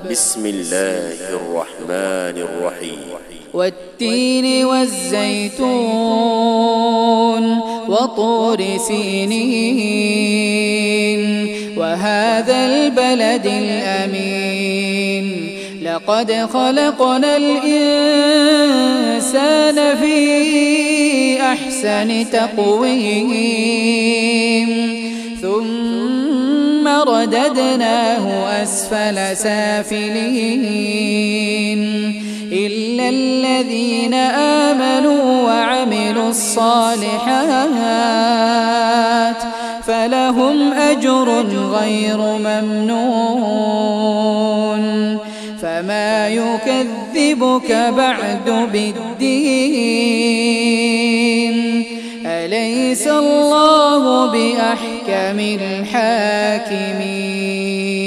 بسم الله الرحمن الرحيم. والتين والزيتون وطور سينين وهذا البلد الأمين لقد خلقنا الإنسان في أحسن تقويم ثم رددناه أسفل سافلين إلا الذين آمنوا وعملوا الصالحات فلهم أجر غير ممنون فما يكذبك بعد بالدين أليس الله بأحكم الحاكمين.